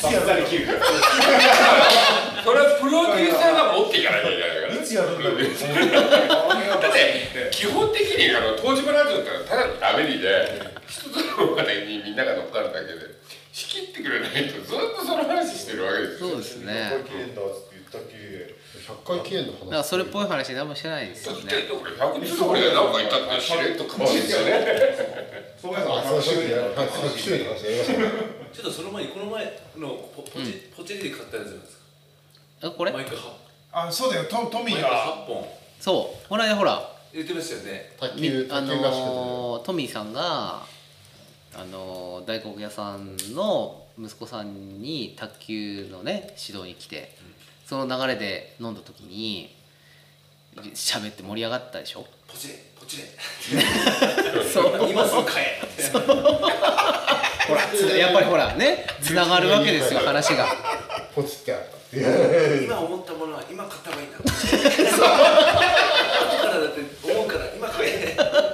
つやる気分。 それはプロデューサーが持っていかなきゃいけないから。 いつやるんだろう。 だって基本的に東芝ラジオってただのダメリで一つの方にみんなが乗っかるだけで仕切ってくれないとずっとその話してるわけですよ。 そうですね。 100回記念だっつって言ったっけ。 100回記念の話。 だからそれっぽい話何もしてないですよね。 だってこれ100日俺が何か言ったってしれっと変わるんですよね。 そう 100周年の話やりましたね。 ちょっとその前にこの前のポチリで買ったやつなんですか。 これマイクあ、そうだよ。トミーが 8本そうこの間ほら言ってましたよね。 卓球合宿トミーさんが大黒屋さんの息子さんに卓球のね指導に来て、その流れで飲んだ時に喋って盛り上がったでしょ。 ポチレポチレそう今すぐ買えほらやっぱりほらねつながるわけですよ話が。 ポチってあったって今思ったものは今買った方がいいんだ。後からだって思うから今買え。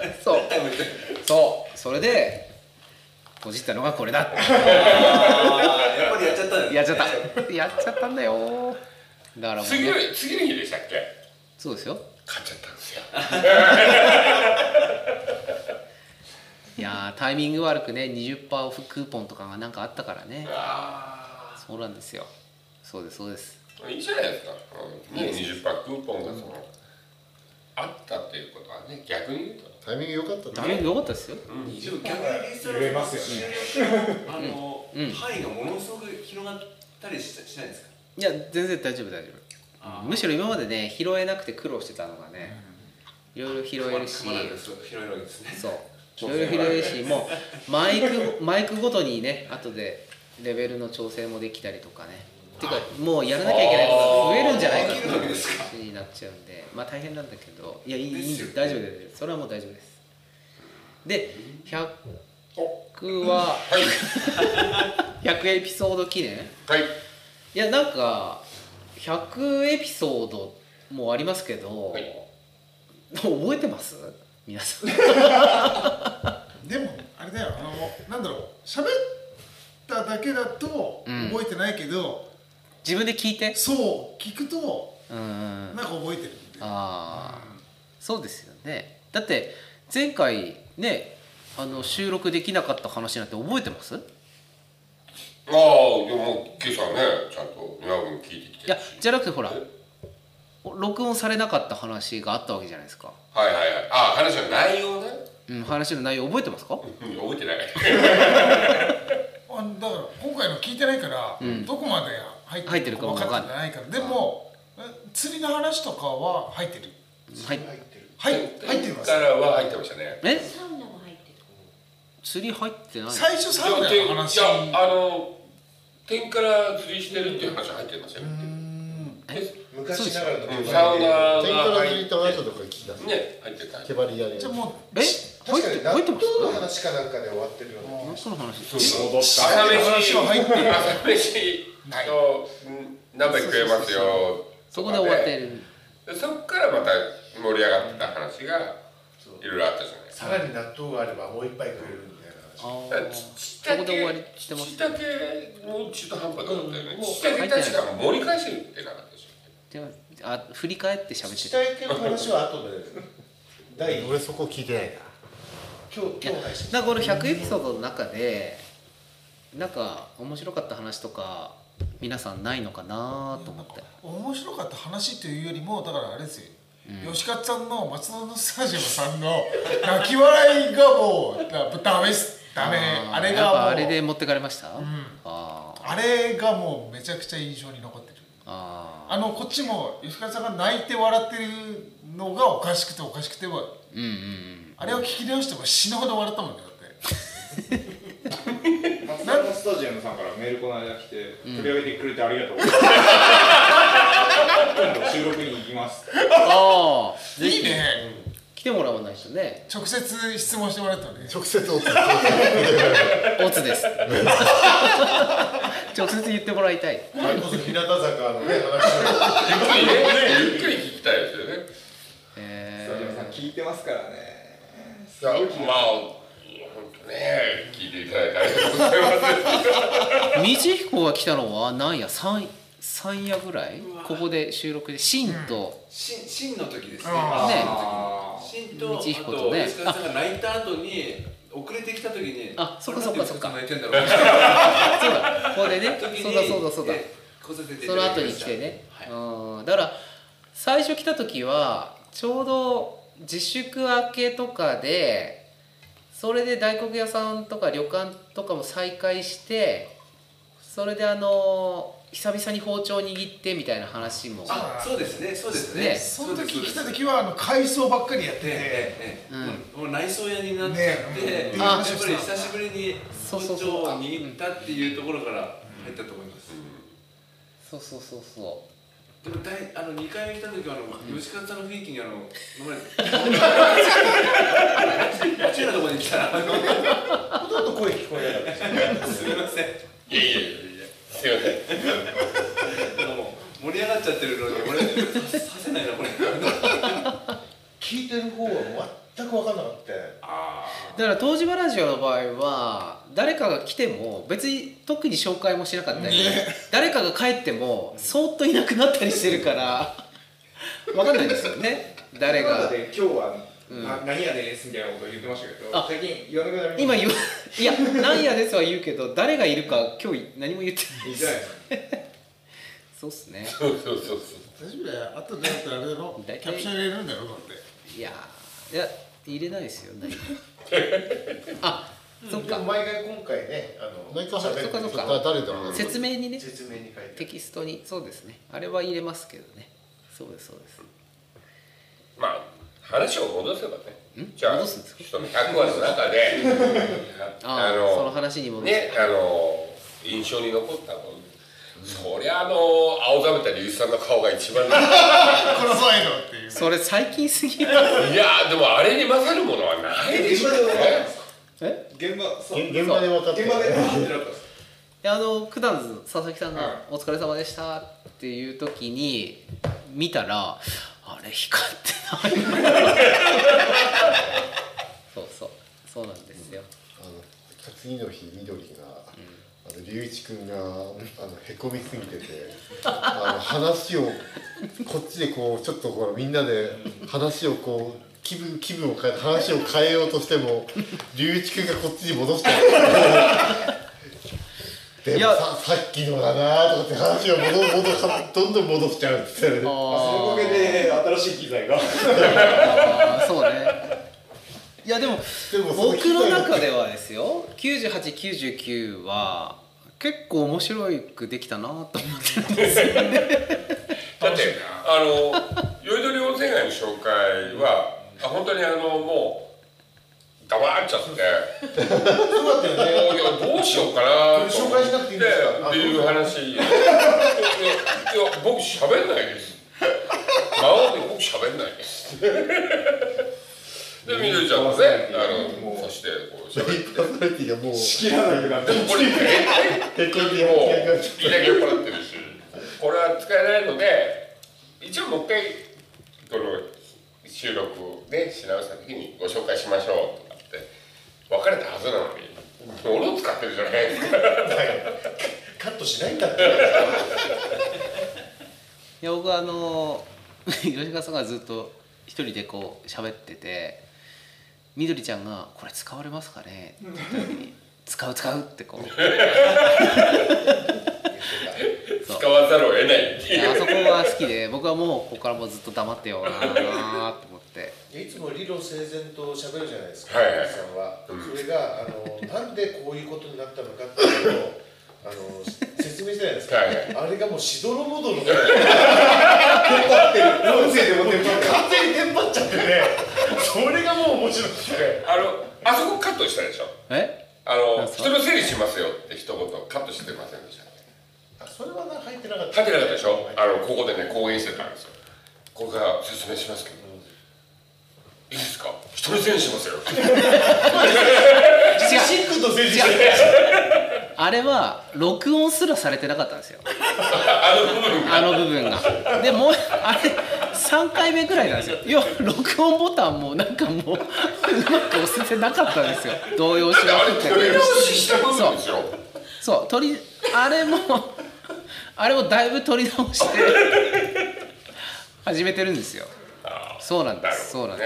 そうそれでポジったのがこれだって。 やっぱりやっちゃったんだ。 やっちゃったんだよ。だからもう次の日でしたっけ。 そうですよ。 買っちゃったんですよ。 いやタイミング悪くね 20% オフクーポンとかがなんかあったからね。そうなんですよ。そうですそうです。 いいじゃないですか。20%クーポンがあったっていうことはね、逆に言うとタイミング良かったね。 タイミング良かったですよ。 逆にリストラ言えますよね。 範囲がものすごく広がったりしないですか。 いや全然大丈夫大丈夫。むしろ今までね拾えなくて苦労してたのがね、いろいろ拾えるし、 拾えるわけですね。 そういろいろ拾えるし、もうマイクごとにね後でレベルの調整もできたりとかね。っていうかもうやらなきゃいけないことが増えるんじゃないかっていう話になっちゃうんで、まあ大変なんだけど、いやいい大丈夫です。それはもう大丈夫です。で100は100エピソード記念。 はい。 いやなんか100エピソードもありますけど、 はい、 覚えてます皆さん。 でもあれだよ、なんだろう、喋っただけだと覚えてないけど、 自分で聞いてそう聞くとなんか覚えてるんで。 そうですよね。だって前回ね収録できなかった話なんて覚えてます？ でも今朝ねちゃんと庭君聞いてきて。 いやじゃなくてほら録音されなかった話があったわけじゃないですか。 はいはいはい。話の内容ね。 話の内容覚えてますか？ 覚えてない。 だから今回の聞いてないから、どこまで入ってるか分かってないから。でも釣りの話とかは入ってる。入ってます。 からは入ってましたね。 サウナも入ってる。 釣り入ってない。 最初サウナの話。 いや天から釣りしてるっていう話入ってましたよ。 昔ながらのサウナ天から釣りと話とか聞き出すね入ってた。 毛針屋で。 じゃあもう確かに納豆の話かなんかで終わってるよね。 納豆の話。 戻った。朝飯は入ってる。朝飯何杯食えますよ。 そこで終わってる。 そこからまた盛り上がった話がいろいろあったじゃないですか。 さらに納豆があればもう一杯食えるみたいな話。 ちっだけもう中途半端だったよね。ちっだけ確か盛り返してるってなかったでしょ。 振り返って喋ってた。下焼けの話は後で。 俺そこ聞いてないな。 今日配信。 だからこの100エピソードの中でなんか面白かった話とか皆さんないのかなと思って。 面白かった話というよりもだからあれですよ。吉勝さんの松戸のスタジオさんの泣き笑いがもうダメです。ダメ。あれがもうあれで持ってかれました。 あれがもうめちゃくちゃ印象に残ってる。こっちも吉勝さんが泣いて笑ってるのがおかしくては、あれを聞き直しても死ぬほど笑ったもんね。だって松田のスタジオさんからメールこの間来て取り上げてくれてありがとう。今度収録に行きます。 いいね。 来てもらわないとね。 直接質問してもらったのね。 直接オツです。直接言ってもらいたい。 それこそ日向坂のね話をゆっくり聞きたいですよね。 スタジオさん聞いてますからね。 いやまあ本当ね聞いていただいてありがとうございます。 彦が来たのは何夜3夜ぐらいここで収録でシンとシンの時ですね。シンと道彦とね、 吉川さんが泣いた後に遅れてきた時に、 そっかそっかそっか、 泣いてんだろう。 そうだここでね、そうだその後に来てね、だから最初来た時はちょうど自粛明けとかで、それで大黒屋さんとか旅館とかも再開して、それで久々に包丁握ってみたいな話も、 そうですね。 その時来た時は改装ばっかりやってて、 もう内装屋になって、やっぱり久しぶりに包丁を握ったっていうところから入ったと思います。 そうでも2回目来た時は吉川さんの雰囲気にこっちのところに来たらほとんど声聞こえなかった。すみません。 いやすいません。 盛り上がっちゃってるのに俺させないなこれ。 聞いてる方は全く分かんなかった。 だから東芝ラジオの場合は誰かが来ても別に特に紹介もしなかったり、誰かが帰ってもそーっといなくなったりしてるから分かんないですよね、誰が。 今日は何屋ですみたいなこと言ってましたけど、最近言わなくなりました。 今いや何やですは言うけど、誰がいるか今日何も言ってないです。そうっすね。 そう大丈夫だよ。あとであれだろ、キャプション入れるんだろだって。 いや入れないですよ。何そっか。 毎回今回ね、毎回誰だろう。 説明にね、 説明に書いてテキストに、そうですね。あれは入れますけどね。そうです。 まあ話を戻せばね。じゃあ戻すんですか。 人の100話の中でその話に戻す。 ね、印象に残ったもの。そりゃ青ざめた龍一さんの顔が一番殺さないのっていう。 それ最近すぎる。 いやでもあれに勝るものはないでしょ。 現場で分かって。 九段佐々木さんが「お疲れ様でした」っていう時に見たら、あれ光ってない。そうなんですよ。 次の日緑が龍一君がへこみすぎてて、話をこっちでこうちょっとみんなで話をこう気分を変えて話を変えようとしても龍一君がこっちに戻しちゃう。でもさっきのだなとかって話をどんどん戻しちゃうんですよね。 そのおかげで新しい機材が。 そうね。いやでも僕の中ではですよ、98、99は結構面白くできたなと思ってるんですよね。 だって酔いどり温泉街の紹介は本当にもう黙っちゃって、 そうだったよね。 どうしようかなと紹介しなくていいんですかっていう話。いや僕喋んないです。魔王で僕喋んないです。でみどりちゃんもね、そしてこう喋って。 もう仕切らなくなって。 これいいだけ酔っ払ってるし、これは使えないので、一応もう一回この収録をねし直した時にご紹介しましょうとかって別れたはずなのに、俺を使ってるじゃないですか。 カットしないんだって。 いや僕吉川さんがずっと一人でこう喋ってて、みどりちゃんが「これ使われますかね?」って言った時に「使う」ってこう使わざるを得ないっていう。 あそこが好きで、僕はもうここからもうずっと黙ってようなと思って。 いつも理路整然と喋るじゃないですか、 はいさんは。それがなんでこういうことになったのかっていうのを説明したじゃないですか。あれがもうしどろもどろでテンパってる、音声でも完全にテンパっちゃってね、それがもう面白くて、 あそこカットしたでしょ。人の整理しますよって一言カットしてませんでした。 それは入ってなかった。 入ってなかったでしょ。ここでね講演してたんですよ。ここから説明しますけど、いいですか、人の整理しますよ。 シックと整理してあれは録音すらされてなかったんですよ。あの部分が。でもうあれ3回目くらいなんですよ。いや録音ボタンもなんかもううまく押せてなかったんですよ。動揺しまくって。 取り直しした部分ですよ。 そうあれもだいぶ取り直して始めてるんですよ。そうなんです。そうなんです。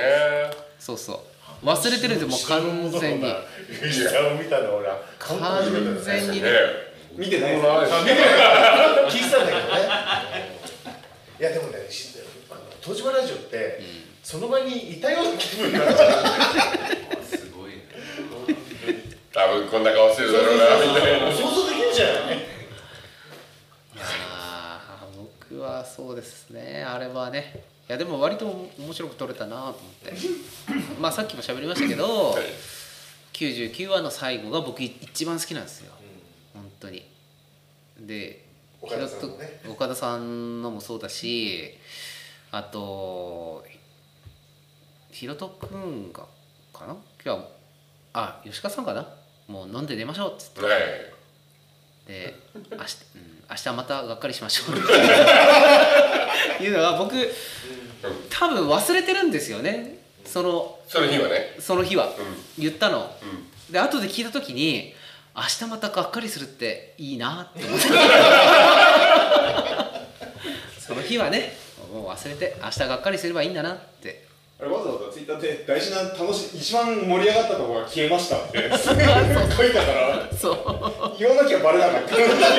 そうそう。忘れてるんでもう完全に。 いや見たの俺は完全にね。 見てないです。 聞いてたんだけどね。いやでもね、東芝ラジオってその場にいたような気分になっちゃう。 すごいね。 多分こんな顔してるだろうなみたいな。 想像できるじゃない。 いや僕はそうですね。あれはね。いやでも割と面白く撮れたなと思ってまあさっきも喋りましたけど、99話の最後が僕一番好きなんですよ、本当に。で岡田さんのね、 岡田さんのもそうだし、あとひろとくんがかな、今日吉川さんかな、もう飲んで寝ましょうっつって、で明日またがっかりしましょうっていうのが僕多分忘れてるんですよね、その日はね、 その日は、言ったの、で後で聞いた時に明日またがっかりするっていいなって思ってその日はねもう忘れて明日がっかりすればいいんだなって。 あれわざわざツイッターで大事な一番盛り上がったところが消えましたって書いたからそう言わなきゃバレなかった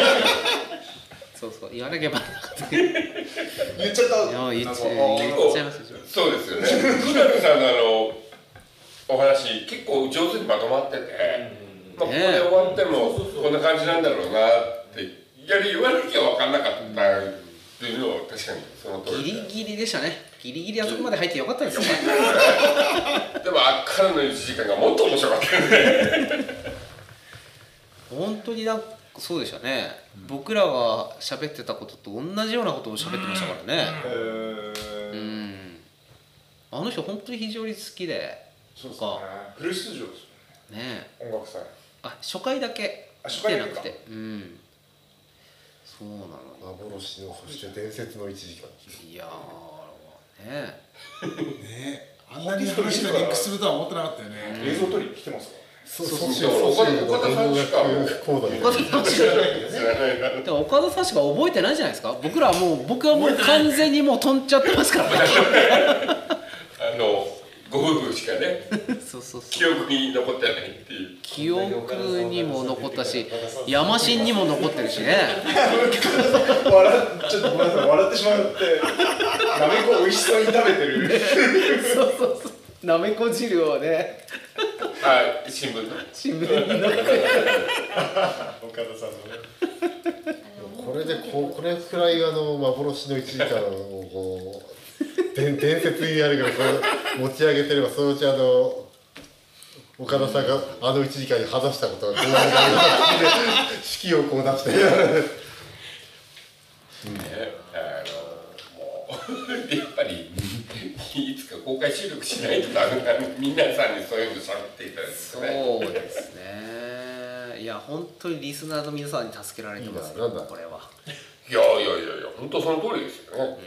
そう言わなきゃバレなかった言っちゃった言っちゃいます。 そうですよね。クラブさんのお話結構上手にまとまってて、ここで終わってもこんな感じなんだろうなって言わなきゃ分かんなかったっていうのは確かにその通り。 ギリギリでしたね。ギリギリあそこまで入ってよかったですよね。 でもあっからの1時間がもっと面白かったよね。 本当にそうでしたね、僕らが喋ってたことと同じようなことを喋ってましたからね。あの人本当に非常に好きで、 そうですね、フル出場ですよね、 音楽祭。 初回だけ来てなくて、そうなの。 幻のそして伝説の1時間。 いやねあんなに話がリンクするとは思ってなかったよね。 映像撮り来てますか？ そう岡田さんしかでも岡田さんしか覚えてないじゃないですか。僕はもう完全にもう飛んじゃってますからね。 ご夫婦しかね記憶に残ってないっていう。 記憶にも残ったし、ヤマシンにも残ってるしね。 ちょっとごめんなさい、笑ってしまってなめこ美味しそうに食べてる。 そうなめこ汁をね、 新聞に載って岡田さんのね。これでこれくらい幻の1時間をこう伝説にあるから持ち上げてれば、そのうち岡田さんが1時間に話したことがこういう式をこう出してやっぱりいつか公開収録しないとダメな、皆さんにそういうの喋っていただいてね。 そうですね。いや本当にリスナーの皆さんに助けられてますよ、これは。 いや本当その通りですよね。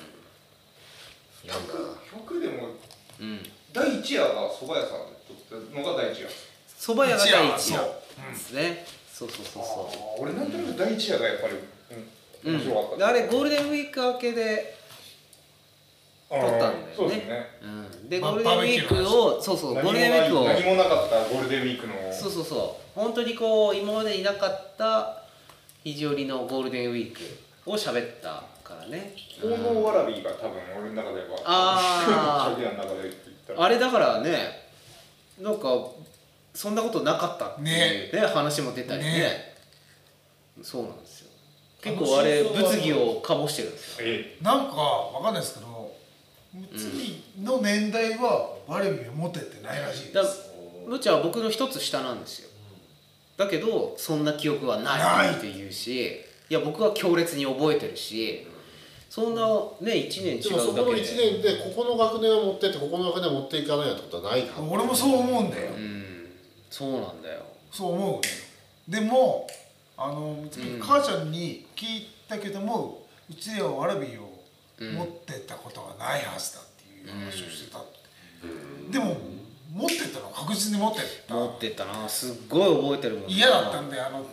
曲でも第1夜が蕎麦屋さんで撮ったのが第1夜。 蕎麦屋が第1夜ですね。そう。 俺なんとなく第1夜がやっぱり面白かった。 あれゴールデンウィーク明けで撮ったんだよね。 そうですね。 でゴールデンウィークをゴールデンウィークを何もなかったゴールデンウィークのそう本当にこう今までいなかった肘折のゴールデンウィークを喋ったからね。 奉納わらびが多分俺の中ではキャリアの中で言ったらあれだからね、なんかそんなことなかったっていうね話も出たりね。そうなんですよ。結構あれ物議を醸してるんですよ。 なんかわかんないですけど、次の年代はワラビを持ってってないらしいです。 むちゃは僕の一つ下なんですよ。だけどそんな記憶はないって言うし、いや僕は強烈に覚えてるし、そんなね1年違うだけで。 でもそこの1年でここの学年を持ってってここの学年を持っていかないってことはないはず。 俺もそう思うんだよ。 そうなんだよ。 そう思うよ。でも母ちゃんに聞いたけども、うちではわらびを持ってったことがないはずだっていう話をしてたって。でも持ってったの確実に持ってった。 持ってったな。すっごい覚えてるもん。 嫌だったんだよ。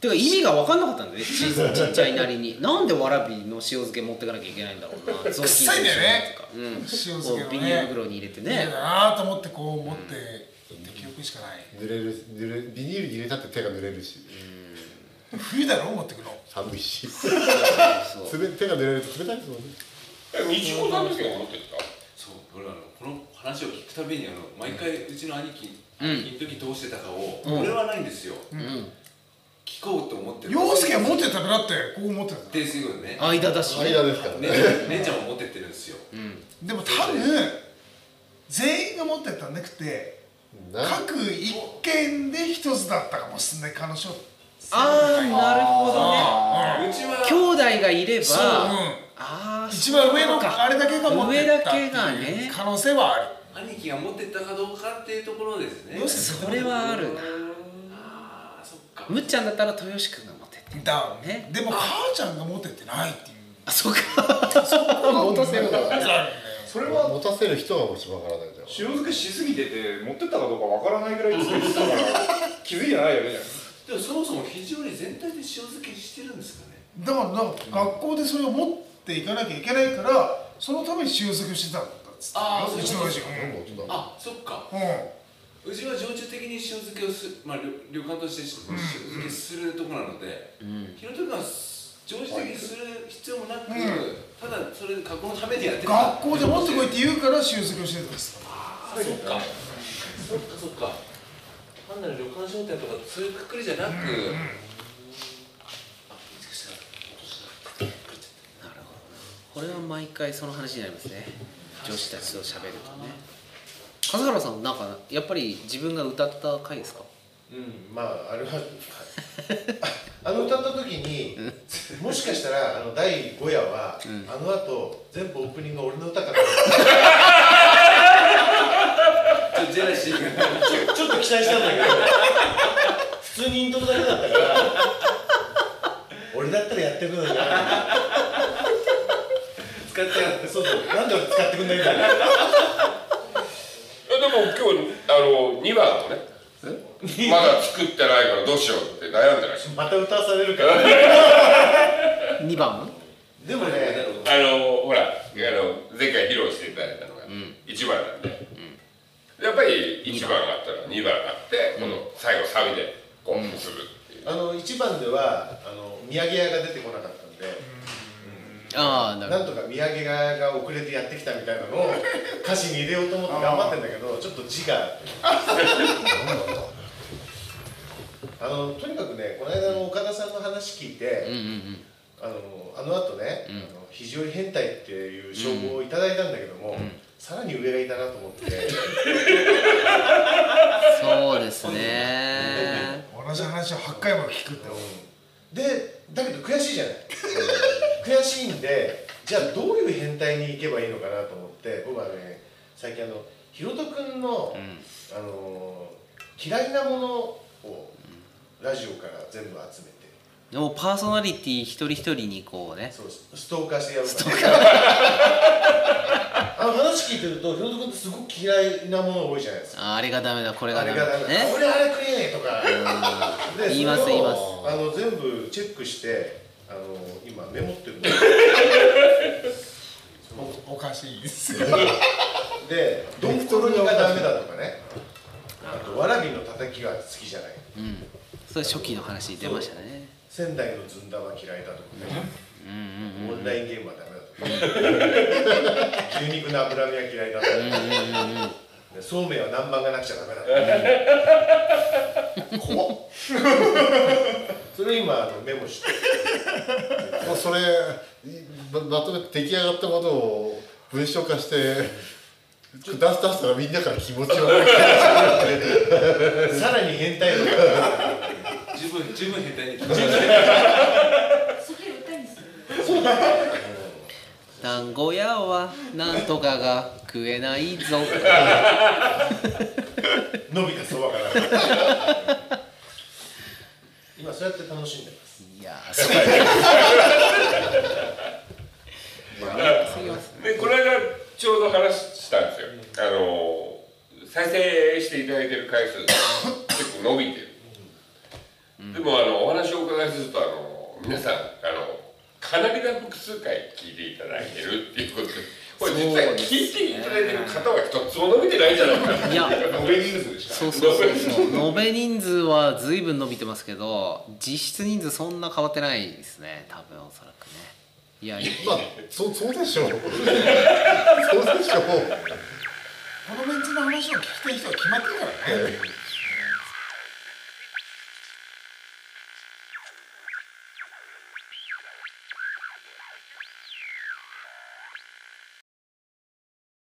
てか意味が分かんなかったんだよね、ちっちゃいなりに。なんでわらびの塩漬け持ってかなきゃいけないんだろうな。 臭いんだよね、塩漬けのね。 ビニール袋に入れてね。 嫌だなと思ってこう持って行った記憶しかない。 ビニールに入れたって手が濡れるし、 冬だろ持ってくの。 寒いし、手が濡れると冷たいですもんね。 日常なんですけど持ってった。 そう、俺この話を聞くたびに毎回うちの兄貴の時どうしてたかを、俺はないんですよ。聞こうと思ってる。 陽介は持ってたからってこう持ってた。 ですよね。 間だし。 間ですからね。 姉ちゃんも持ってってるんですよ。 でも多分全員が持ってたんなくて、各一軒で一つだったかもしれない彼女。 ああ、なるほどね。 うちは兄弟がいれば、 一番上のあれだけが持ってったっていう可能性はある。 兄貴が持ってったかどうかっていうところですね。 それはあるな。 ああ、そっか。 むっちゃんだったら豊志くんが持ってってだね。でも母ちゃんが持ってってないっていう。 あ、そうか。持たせるのがそれは持たせる人が一番わからないじゃん。 塩漬けしすぎてて持ってったかどうかわからないぐらいつけてたから気づいてないよね。 でもそもそも非常に全体で塩漬けしてるんですかね。 だから学校でそれを持っていかなきゃいけないからそのために塩漬けしてたんだっつって。 ああ、 うちの親父。 あ、そっか。うちは常駐的に塩漬けを旅館として塩漬けするところなので、ひろと君は常時的にする必要もなく、ただそれで学校のためにやってた。 学校で持ってこいって言うから塩漬けをしてるんです。 ああ、そっか。そっか。単なる旅館商店とかそういうくくりじゃなく、 これは毎回その話になりますね。女子たちと喋るとね。笠原さん、なんかやっぱり自分が歌った回ですか？ まああれは歌った時にもしかしたら第5夜は後全部オープニングが俺の歌かなジェラシーがちょっと期待したんだけど普通にイントロだけだったから俺だったらやってくるのにな使ってやってそうなんで俺使ってくんないんだよでも今日2番をねまだ作ってないからどうしようって悩んでらっしゃる。 また歌わされるから 2番でもねほら前回披露していただいたのが1番なんで、やっぱり1番があったら2番があってこの最後サビでこう結ぶっていう。 1番では土産屋が出てこなかったんでなんとか土産屋が遅れてやってきたみたいなのを歌詞に入れようと思って頑張ってんだけどちょっと字がとにかくねこの間の岡田さんの話聞いてあの後ね非常に変態っていう称号をいただいたんだけどもさらに上がいたなと思ってそうですね同じ話を8回も聞くってでだけど悔しいじゃない悔しいんでじゃあどういう変態に行けばいいのかなと思って僕はね最近ひろとくんの嫌いなものをラジオから全部集めてでもパーソナリティ一人一人にこうねそうストーカーしてやるから話聞いてるとひろとくんってすごく嫌いなもの多いじゃないですかあれがダメだこれがダメだ俺あれ食えねえとかで言います言います全部チェックして今メモってるおかしいですでドンコロニがダメだとかねあとわらびのたたきが好きじゃないそれ初期の話出ましたね仙台のずんだは嫌いだとかねオンラインゲームはダメだとか牛肉の脂身は嫌いだとかそうめんは南蛮がなくちゃダメだとか怖っそれ今メモしてそれまとめて出来上がったものを文章化して出したらみんなから気持ち悪いさらに変態の十分変態に団子屋はなんとかが食えないぞ伸びたそばから今そうやって楽しんでます。 いやそうでこの間ちょうど話したんですよ。再生していただいてる回数結構伸びてる。 でもお話をお伺いすると皆さんかなりな複数回聞いていただいてるっていうことで、これ実は聞いていただいてる方は一つも伸びてないじゃないか。 いや、 延べ人数でした。 そう延べ人数は随分伸びてますけど、実質人数そんな変わってないですね、多分おそらくね。いや、 まあそうでしょうそうでしょう。 このメンツの話を聞きたい人は決まってるからね。